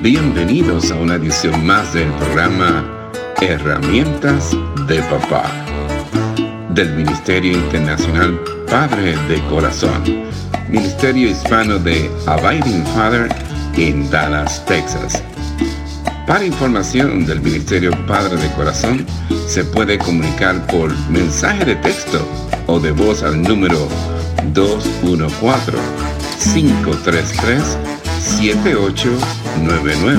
Bienvenidos a una edición más del programa Herramientas de Papá del Ministerio Internacional Padre de Corazón, Ministerio Hispano de Abiding Father en Dallas, Texas. Para información del Ministerio Padre de Corazón, se puede comunicar por mensaje de texto o de voz al número 214-533-7899.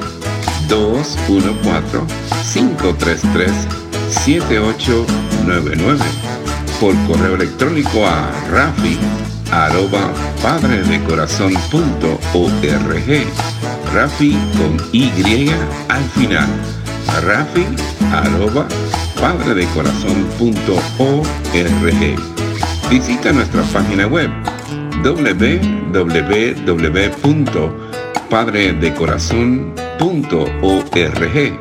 214-533-7899. Por correo electrónico a rafi@padredecorazon.org. Rafi con Y al final. rafi@padredecorazon.org. Visita nuestra página web www.padredecorazon.org.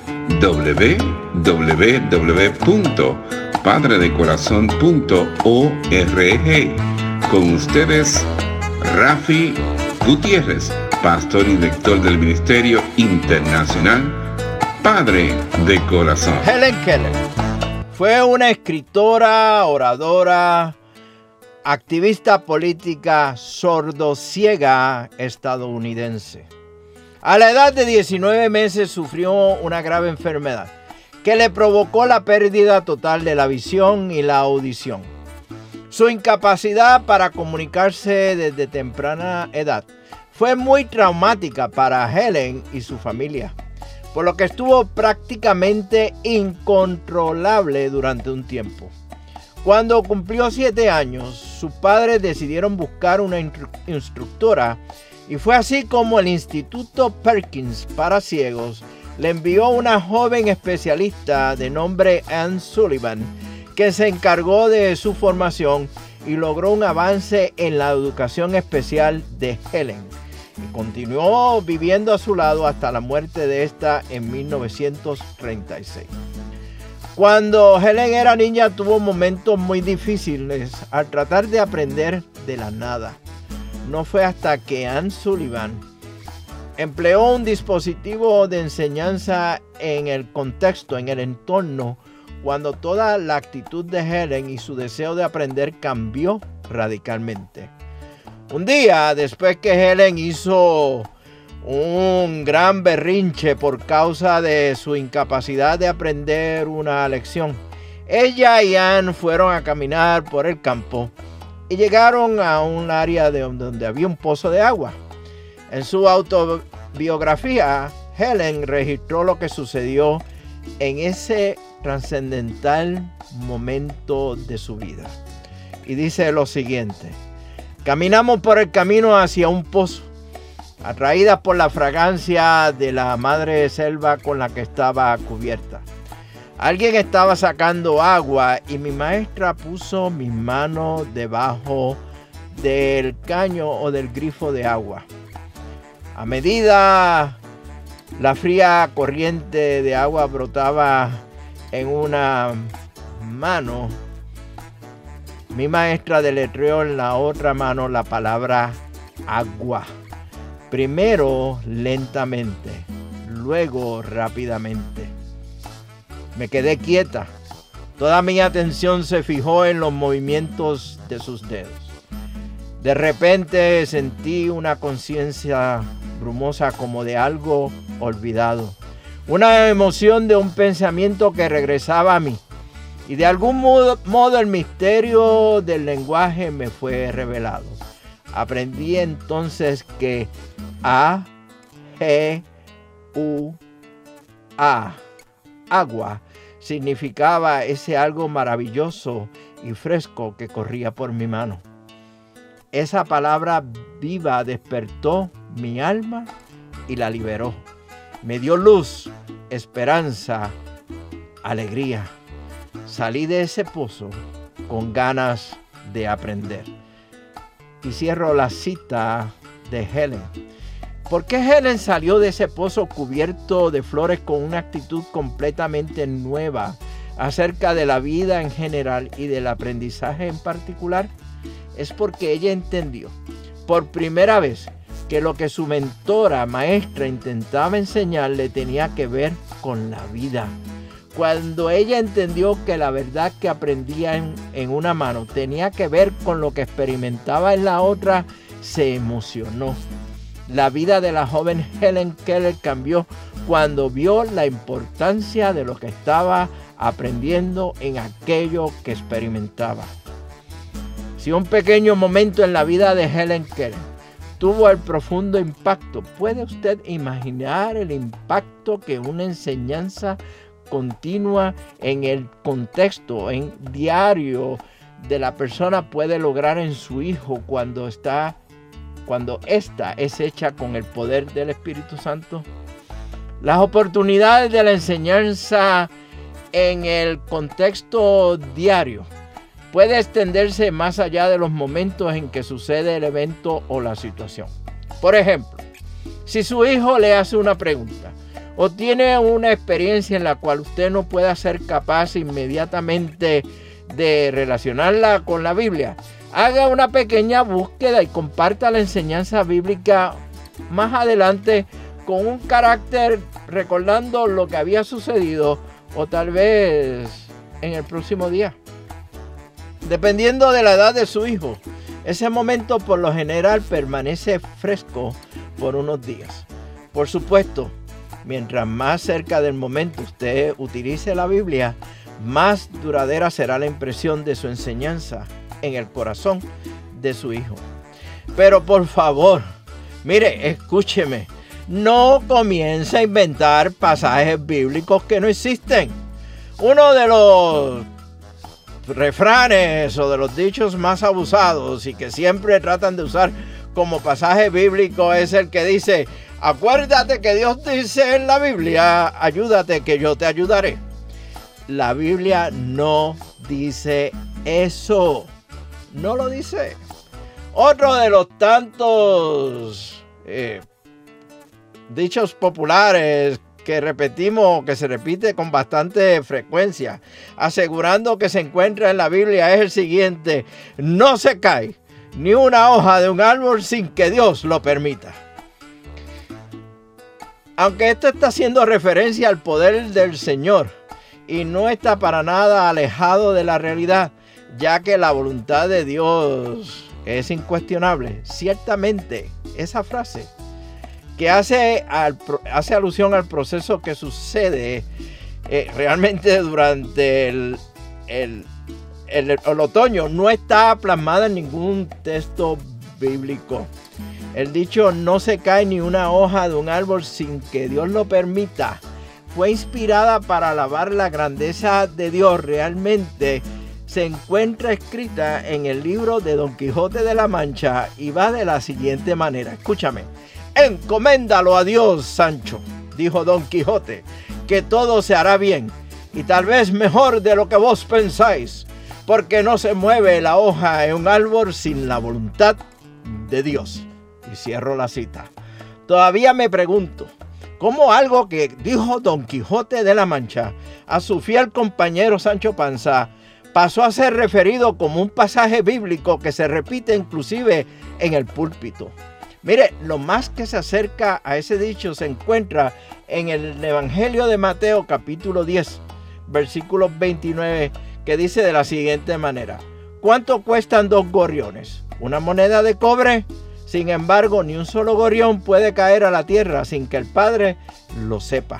www.padredecorazon.org. Con ustedes, Rafi Gutiérrez, pastor y director del Ministerio Internacional Padre de Corazón. Helen Keller fue una escritora, oradora, activista política sordociega estadounidense. A la edad de 19 meses sufrió una grave enfermedad que le provocó la pérdida total de la visión y la audición. Su incapacidad para comunicarse desde temprana edad fue muy traumática para Helen y su familia, por lo que estuvo prácticamente incontrolable durante un tiempo. Cuando cumplió 7 años, sus padres decidieron buscar una instructora y fue así como el Instituto Perkins para Ciegos le envió una joven especialista de nombre Anne Sullivan, que se encargó de su formación y logró un avance en la educación especial de Helen. Y continuó viviendo a su lado hasta la muerte de esta en 1936. Cuando Helen era niña tuvo momentos muy difíciles al tratar de aprender de la nada. No fue hasta que Anne Sullivan empleó un dispositivo de enseñanza en el contexto, en el entorno, cuando toda la actitud de Helen y su deseo de aprender cambió radicalmente. Un día, después que Helen hizo un gran berrinche por causa de su incapacidad de aprender una lección, ella y Anne fueron a caminar por el campo y llegaron a un área donde había un pozo de agua. En su autobiografía, Helen registró lo que sucedió en ese trascendental momento de su vida. Y dice lo siguiente: caminamos por el camino hacia un pozo, atraídas por la fragancia de la madre selva con la que estaba cubierta. Alguien estaba sacando agua y mi maestra puso mis manos debajo del caño o del grifo de agua. A medida la fría corriente de agua brotaba en una mano, mi maestra deletreó en la otra mano la palabra agua. Primero lentamente, luego rápidamente. Me quedé quieta. Toda mi atención se fijó en los movimientos de sus dedos. De repente sentí una conciencia brumosa como de algo olvidado. Una emoción de un pensamiento que regresaba a mí. Y de algún modo el misterio del lenguaje me fue revelado. Aprendí entonces que A, G, U, A, agua, significaba ese algo maravilloso y fresco que corría por mi mano. Esa palabra viva despertó mi alma y la liberó. Me dio luz, esperanza, alegría. Salí de ese pozo con ganas de aprender. Y cierro la cita de Helen. ¿Por qué Helen salió de ese pozo cubierto de flores con una actitud completamente nueva acerca de la vida en general y del aprendizaje en particular? Es porque ella entendió por primera vez que lo que su mentora, maestra, intentaba enseñarle tenía que ver con la vida. Cuando ella entendió que la verdad que aprendía en una mano tenía que ver con lo que experimentaba en la otra, se emocionó. La vida de la joven Helen Keller cambió cuando vio la importancia de lo que estaba aprendiendo en aquello que experimentaba. Si un pequeño momento en la vida de Helen Keller tuvo el profundo impacto, ¿puede usted imaginar el impacto que una enseñanza continua en el contexto, en diario de la persona puede lograr en su hijo cuando esta es hecha con el poder del Espíritu Santo? Las oportunidades de la enseñanza en el contexto diario puede extenderse más allá de los momentos en que sucede el evento o la situación. Por ejemplo, si su hijo le hace una pregunta o tiene una experiencia en la cual usted no pueda ser capaz inmediatamente de relacionarla con la Biblia, haga una pequeña búsqueda y comparta la enseñanza bíblica más adelante con un carácter recordando lo que había sucedido o tal vez en el próximo día. Dependiendo de la edad de su hijo, ese momento por lo general permanece fresco por unos días. Por supuesto, mientras más cerca del momento usted utilice la Biblia, más duradera será la impresión de su enseñanza en el corazón de su hijo. Pero por favor, mire, escúcheme, no comience a inventar pasajes bíblicos que no existen. Uno de los refranes o de los dichos más abusados y que siempre tratan de usar como pasaje bíblico es el que dice: acuérdate que Dios dice en la Biblia, ayúdate que yo te ayudaré. La Biblia no dice eso. No lo dice. Otro de los tantos dichos populares que se repite con bastante frecuencia, asegurando que se encuentra en la Biblia, es el siguiente: no se cae ni una hoja de un árbol sin que Dios lo permita. Aunque esto está haciendo referencia al poder del Señor y no está para nada alejado de la realidad, ya que la voluntad de Dios es incuestionable. Ciertamente, esa frase que hace alusión al proceso que sucede realmente durante el otoño no está plasmada en ningún texto bíblico. El dicho no se cae ni una hoja de un árbol sin que Dios lo permita fue inspirada para alabar la grandeza de Dios. Realmente se encuentra escrita en el libro de Don Quijote de la Mancha y va de la siguiente manera. Escúchame. Encoméndalo a Dios, Sancho, dijo Don Quijote, que todo se hará bien y tal vez mejor de lo que vos pensáis, porque no se mueve la hoja en un árbol sin la voluntad de Dios. Y cierro la cita. Todavía me pregunto, ¿cómo algo que dijo Don Quijote de la Mancha a su fiel compañero Sancho Panza pasó a ser referido como un pasaje bíblico que se repite inclusive en el púlpito? Mire, lo más que se acerca a ese dicho se encuentra en el Evangelio de Mateo capítulo 10, versículo 29, que dice de la siguiente manera: ¿cuánto cuestan 2 gorriones? ¿Una moneda de cobre? Sin embargo, ni un solo gorrión puede caer a la tierra sin que el Padre lo sepa.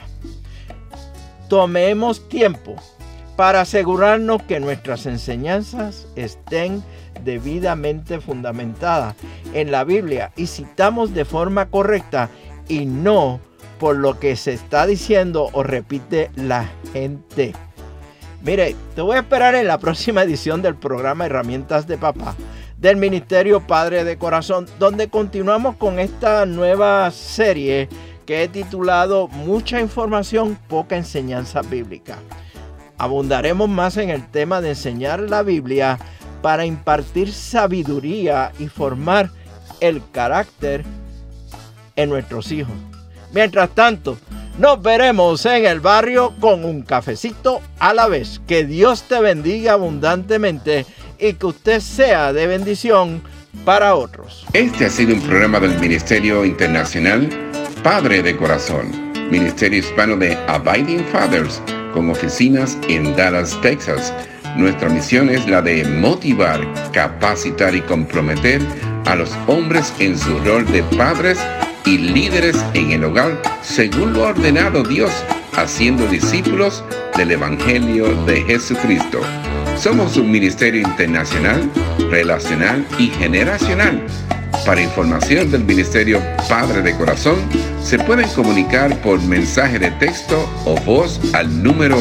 Tomemos tiempo para asegurarnos que nuestras enseñanzas estén debidamente fundamentadas en la Biblia y citamos de forma correcta y no por lo que se está diciendo o repite la gente. Mire, te voy a esperar en la próxima edición del programa Herramientas de Papá del Ministerio Padre de Corazón, donde continuamos con esta nueva serie que he titulado Mucha información, poca enseñanza bíblica. Abundaremos más en el tema de enseñar la Biblia para impartir sabiduría y formar el carácter en nuestros hijos. Mientras tanto, nos veremos en el barrio con un cafecito a la vez. Que Dios te bendiga abundantemente y que usted sea de bendición para otros. Este ha sido un programa del Ministerio Internacional Padre de Corazón, Ministerio Hispano de Abiding Fathers, con oficinas en Dallas, Texas. Nuestra misión es la de motivar, capacitar y comprometer a los hombres en su rol de padres y líderes en el hogar, según lo ha ordenado Dios, haciendo discípulos del Evangelio de Jesucristo. Somos un ministerio internacional, relacional y generacional. Para información del Ministerio Padre de Corazón, se pueden comunicar por mensaje de texto o voz al número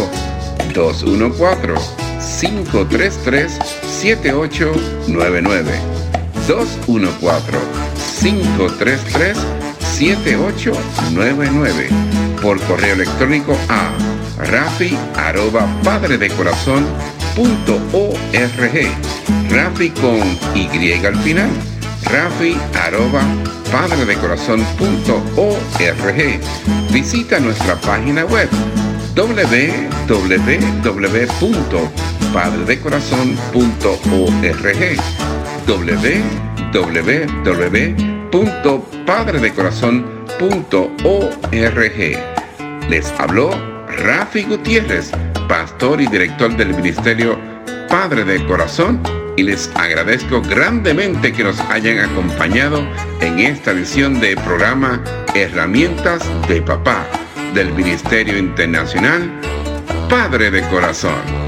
214-533-7899. 214-533-7899. Por correo electrónico a rafi@padredecorazon.org. Rafi con Y al final. rafi@padredecorazon.org. Visita nuestra página web www.padredecorazon.org. www.padredecorazon.org. Les habló Rafi Gutiérrez, pastor y director del Ministerio Padre de Corazón, y les agradezco grandemente que nos hayan acompañado en esta edición de programa Herramientas de Papá del Ministerio Internacional Padre de Corazón.